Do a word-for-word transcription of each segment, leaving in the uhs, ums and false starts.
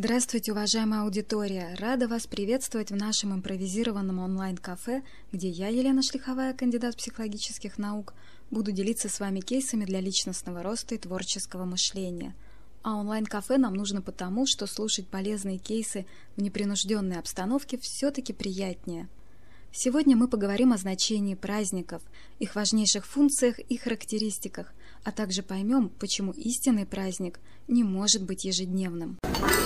Здравствуйте, уважаемая аудитория! Рада вас приветствовать в нашем импровизированном онлайн-кафе, где я, Елена Шлиховая, кандидат психологических наук, буду делиться с вами кейсами для личностного роста и творческого мышления. А онлайн-кафе нам нужно потому, что слушать полезные кейсы в непринужденной обстановке все-таки приятнее. Сегодня мы поговорим о значении праздников, их важнейших функциях и характеристиках, а также поймем, почему истинный праздник не может быть ежедневным.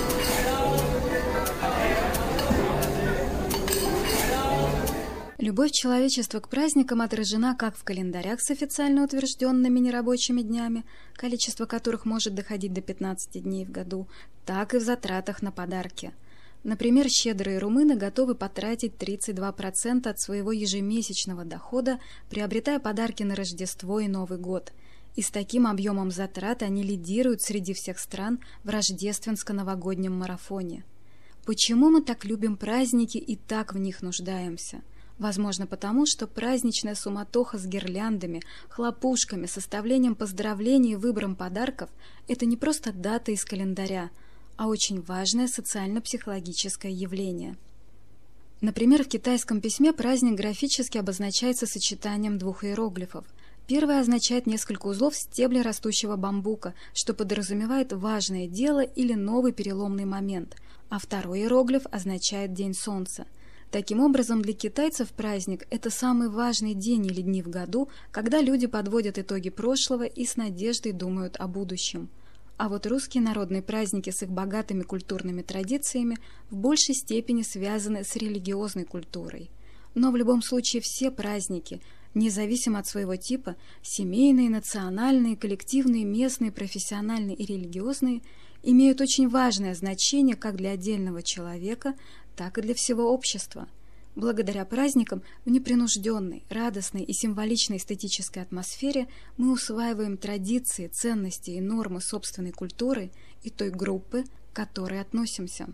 Любовь человечества к праздникам отражена как в календарях с официально утвержденными нерабочими днями, количество которых может доходить до пятнадцати дней в году, так и в затратах на подарки. Например, щедрые румыны готовы потратить тридцать два процента от своего ежемесячного дохода, приобретая подарки на Рождество и Новый год. И с таким объемом затрат они лидируют среди всех стран в рождественско-новогоднем марафоне. Почему мы так любим праздники и так в них нуждаемся? Возможно, потому что праздничная суматоха с гирляндами, хлопушками, составлением поздравлений и выбором подарков – это не просто дата из календаря, а очень важное социально-психологическое явление. Например, в китайском письме праздник графически обозначается сочетанием двух иероглифов. Первый означает несколько узлов стебля растущего бамбука, что подразумевает важное дело или новый переломный момент, а второй иероглиф означает День Солнца. Таким образом, для китайцев праздник – это самый важный день или дни в году, когда люди подводят итоги прошлого и с надеждой думают о будущем. А вот русские народные праздники с их богатыми культурными традициями в большей степени связаны с религиозной культурой. Но в любом случае все праздники, независимо от своего типа, семейные, национальные, коллективные, местные, профессиональные и религиозные, имеют очень важное значение как для отдельного человека, так и для всего общества. Благодаря праздникам в непринужденной, радостной и символичной эстетической атмосфере мы усваиваем традиции, ценности и нормы собственной культуры и той группы, к которой относимся.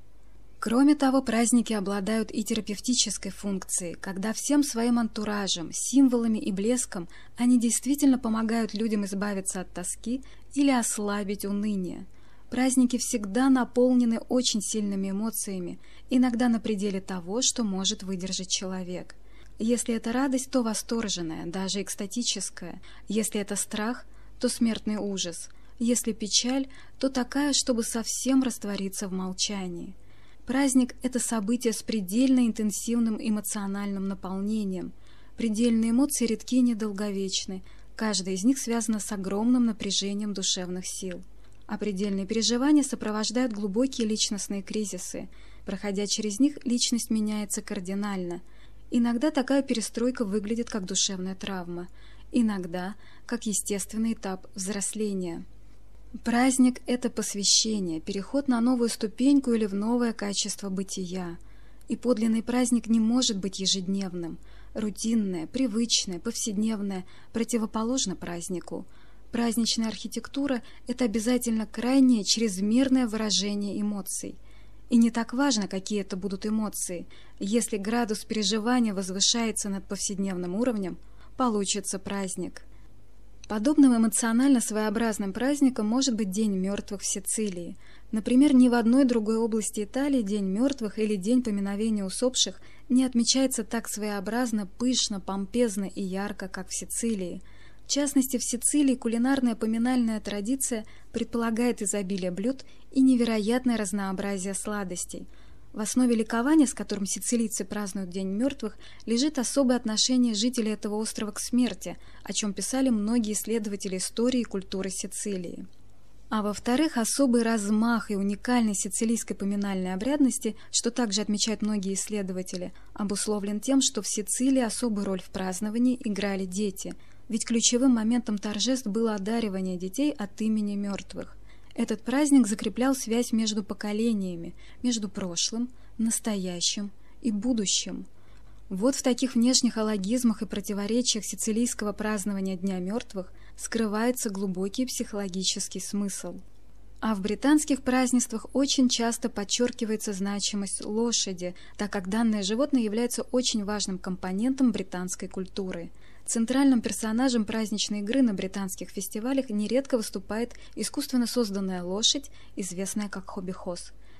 Кроме того, праздники обладают и терапевтической функцией, когда всем своим антуражем, символами и блеском они действительно помогают людям избавиться от тоски или ослабить уныние. Праздники всегда наполнены очень сильными эмоциями, иногда на пределе того, что может выдержать человек. Если это радость, то восторженная, даже экстатическая. Если это страх, то смертный ужас. Если печаль, то такая, чтобы совсем раствориться в молчании. Праздник – это событие с предельно интенсивным эмоциональным наполнением. Предельные эмоции редки и недолговечны. Каждая из них связана с огромным напряжением душевных сил. А предельные переживания сопровождают глубокие личностные кризисы. Проходя через них, личность меняется кардинально. Иногда такая перестройка выглядит как душевная травма, иногда как естественный этап взросления. Праздник – это посвящение, переход на новую ступеньку или в новое качество бытия. И подлинный праздник не может быть ежедневным. Рутинное, привычное, повседневное противоположно празднику. Праздничная архитектура – это обязательно крайнее, чрезмерное выражение эмоций. И не так важно, какие это будут эмоции. Если градус переживания возвышается над повседневным уровнем, получится праздник. Подобным эмоционально своеобразным праздником может быть День мертвых в Сицилии. Например, ни в одной другой области Италии День мертвых или День поминовения усопших не отмечается так своеобразно, пышно, помпезно и ярко, как в Сицилии. В частности, в Сицилии кулинарная поминальная традиция предполагает изобилие блюд и невероятное разнообразие сладостей. В основе ликования, с которым сицилийцы празднуют День мертвых, лежит особое отношение жителей этого острова к смерти, о чем писали многие исследователи истории и культуры Сицилии. А во-вторых, особый размах и уникальность сицилийской поминальной обрядности, что также отмечают многие исследователи, обусловлен тем, что в Сицилии особую роль в праздновании играли дети, ведь ключевым моментом торжеств было одаривание детей от имени мертвых. Этот праздник закреплял связь между поколениями, между прошлым, настоящим и будущим. Вот в таких внешних алогизмах и противоречиях сицилийского празднования Дня мертвых скрывается глубокий психологический смысл. А в британских празднествах очень часто подчеркивается значимость лошади, так как данное животное является очень важным компонентом британской культуры. Центральным персонажем праздничной игры на британских фестивалях нередко выступает искусственно созданная лошадь, известная как хобби-хорс.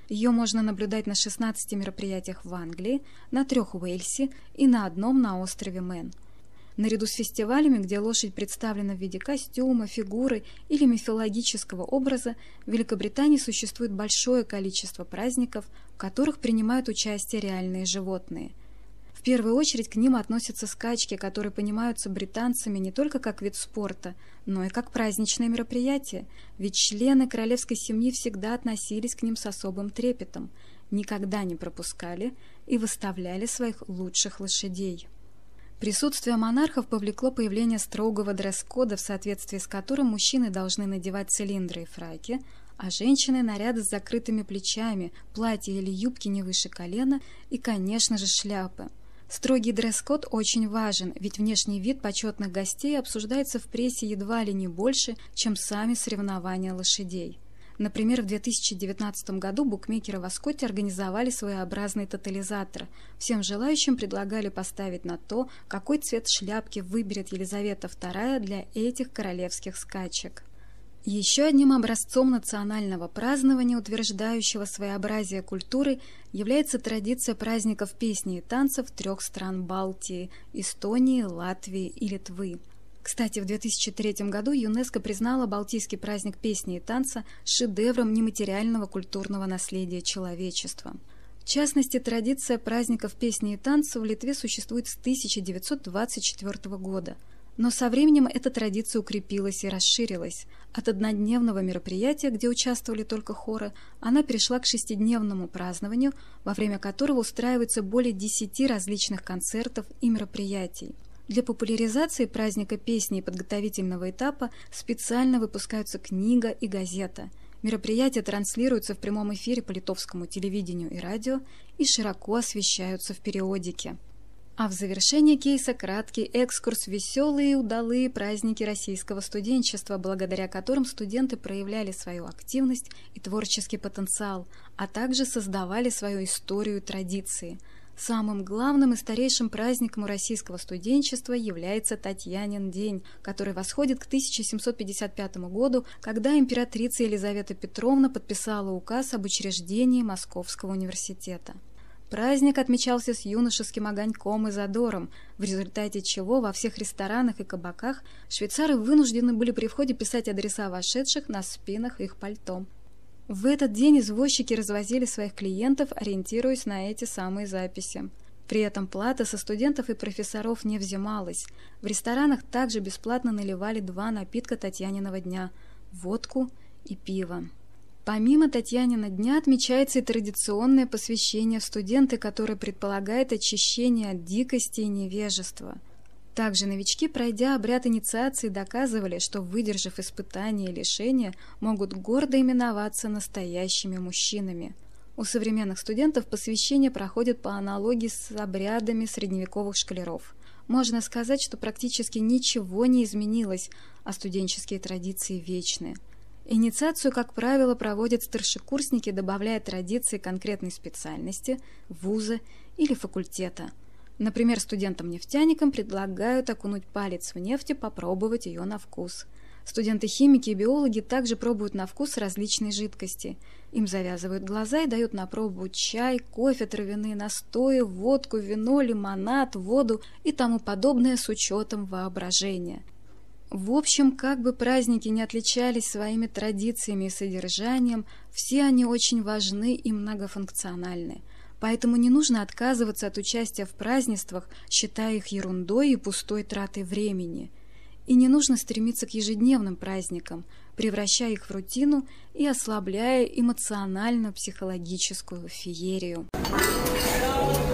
Ее можно наблюдать на шестнадцати мероприятиях в Англии, на трех в Уэльсе и на одном на острове Мэн. Наряду с фестивалями, где лошадь представлена в виде костюма, фигуры или мифологического образа, в Великобритании существует большое количество праздников, в которых принимают участие реальные животные. В первую очередь к ним относятся скачки, которые понимаются британцами не только как вид спорта, но и как праздничное мероприятие, ведь члены королевской семьи всегда относились к ним с особым трепетом, никогда не пропускали и выставляли своих лучших лошадей. Присутствие монархов повлекло появление строгого дресс-кода, в соответствии с которым мужчины должны надевать цилиндры и фраки, а женщины – наряды с закрытыми плечами, платья или юбки не выше колена и, конечно же, шляпы. Строгий дресс-код очень важен, ведь внешний вид почетных гостей обсуждается в прессе едва ли не больше, чем сами соревнования лошадей. Например, в две тысячи девятнадцатом году букмекеры в Аскотте организовали своеобразный тотализатор. Всем желающим предлагали поставить на то, какой цвет шляпки выберет Елизавета вторая для этих королевских скачек. Еще одним образцом национального празднования, утверждающего своеобразие культуры, является традиция праздников песни и танцев трех стран Балтии – Эстонии, Латвии и Литвы. Кстати, в две тысячи третьем году ЮНЕСКО признала Балтийский праздник песни и танца шедевром нематериального культурного наследия человечества. В частности, традиция праздников песни и танца в Литве существует с тысяча девятьсот двадцать четвёртого года. Но со временем эта традиция укрепилась и расширилась. От однодневного мероприятия, где участвовали только хоры, она перешла к шестидневному празднованию, во время которого устраивается более десяти различных концертов и мероприятий. Для популяризации праздника песни и подготовительного этапа специально выпускаются книга и газета. Мероприятия транслируются в прямом эфире по литовскому телевидению и радио и широко освещаются в периодике. А в завершение кейса краткий экскурс в веселые и удалые праздники российского студенчества, благодаря которым студенты проявляли свою активность и творческий потенциал, а также создавали свою историю и традиции. Самым главным и старейшим праздником у российского студенчества является Татьянин день, который восходит к тысяча семьсот пятьдесят пятому году, когда императрица Елизавета Петровна подписала указ об учреждении Московского университета. Праздник отмечался с юношеским огоньком и задором, в результате чего во всех ресторанах и кабаках швейцары вынуждены были при входе писать адреса вошедших на спинах их пальто. В этот день извозчики развозили своих клиентов, ориентируясь на эти самые записи. При этом плата со студентов и профессоров не взималась. В ресторанах также бесплатно наливали два напитка Татьяниного дня – водку и пиво. Помимо Татьянина дня отмечается и традиционное посвящение в студенты, которое предполагает очищение от дикости и невежества. Также новички, пройдя обряд инициации, доказывали, что, выдержав испытания и лишения, могут гордо именоваться настоящими мужчинами. У современных студентов посвящение проходит по аналогии с обрядами средневековых школяров. Можно сказать, что практически ничего не изменилось, а студенческие традиции вечны. Инициацию, как правило, проводят старшекурсники, добавляя традиции конкретной специальности, вуза или факультета. Например, студентам-нефтяникам предлагают окунуть палец в нефть и попробовать ее на вкус. Студенты-химики и биологи также пробуют на вкус различные жидкости. Им завязывают глаза и дают на пробу чай, кофе, травяные настои, водку, вино, лимонад, воду и тому подобное с учетом воображения. В общем, как бы праздники не отличались своими традициями и содержанием, все они очень важны и многофункциональны. Поэтому не нужно отказываться от участия в празднествах, считая их ерундой и пустой тратой времени. И не нужно стремиться к ежедневным праздникам, превращая их в рутину и ослабляя эмоционально-психологическую феерию.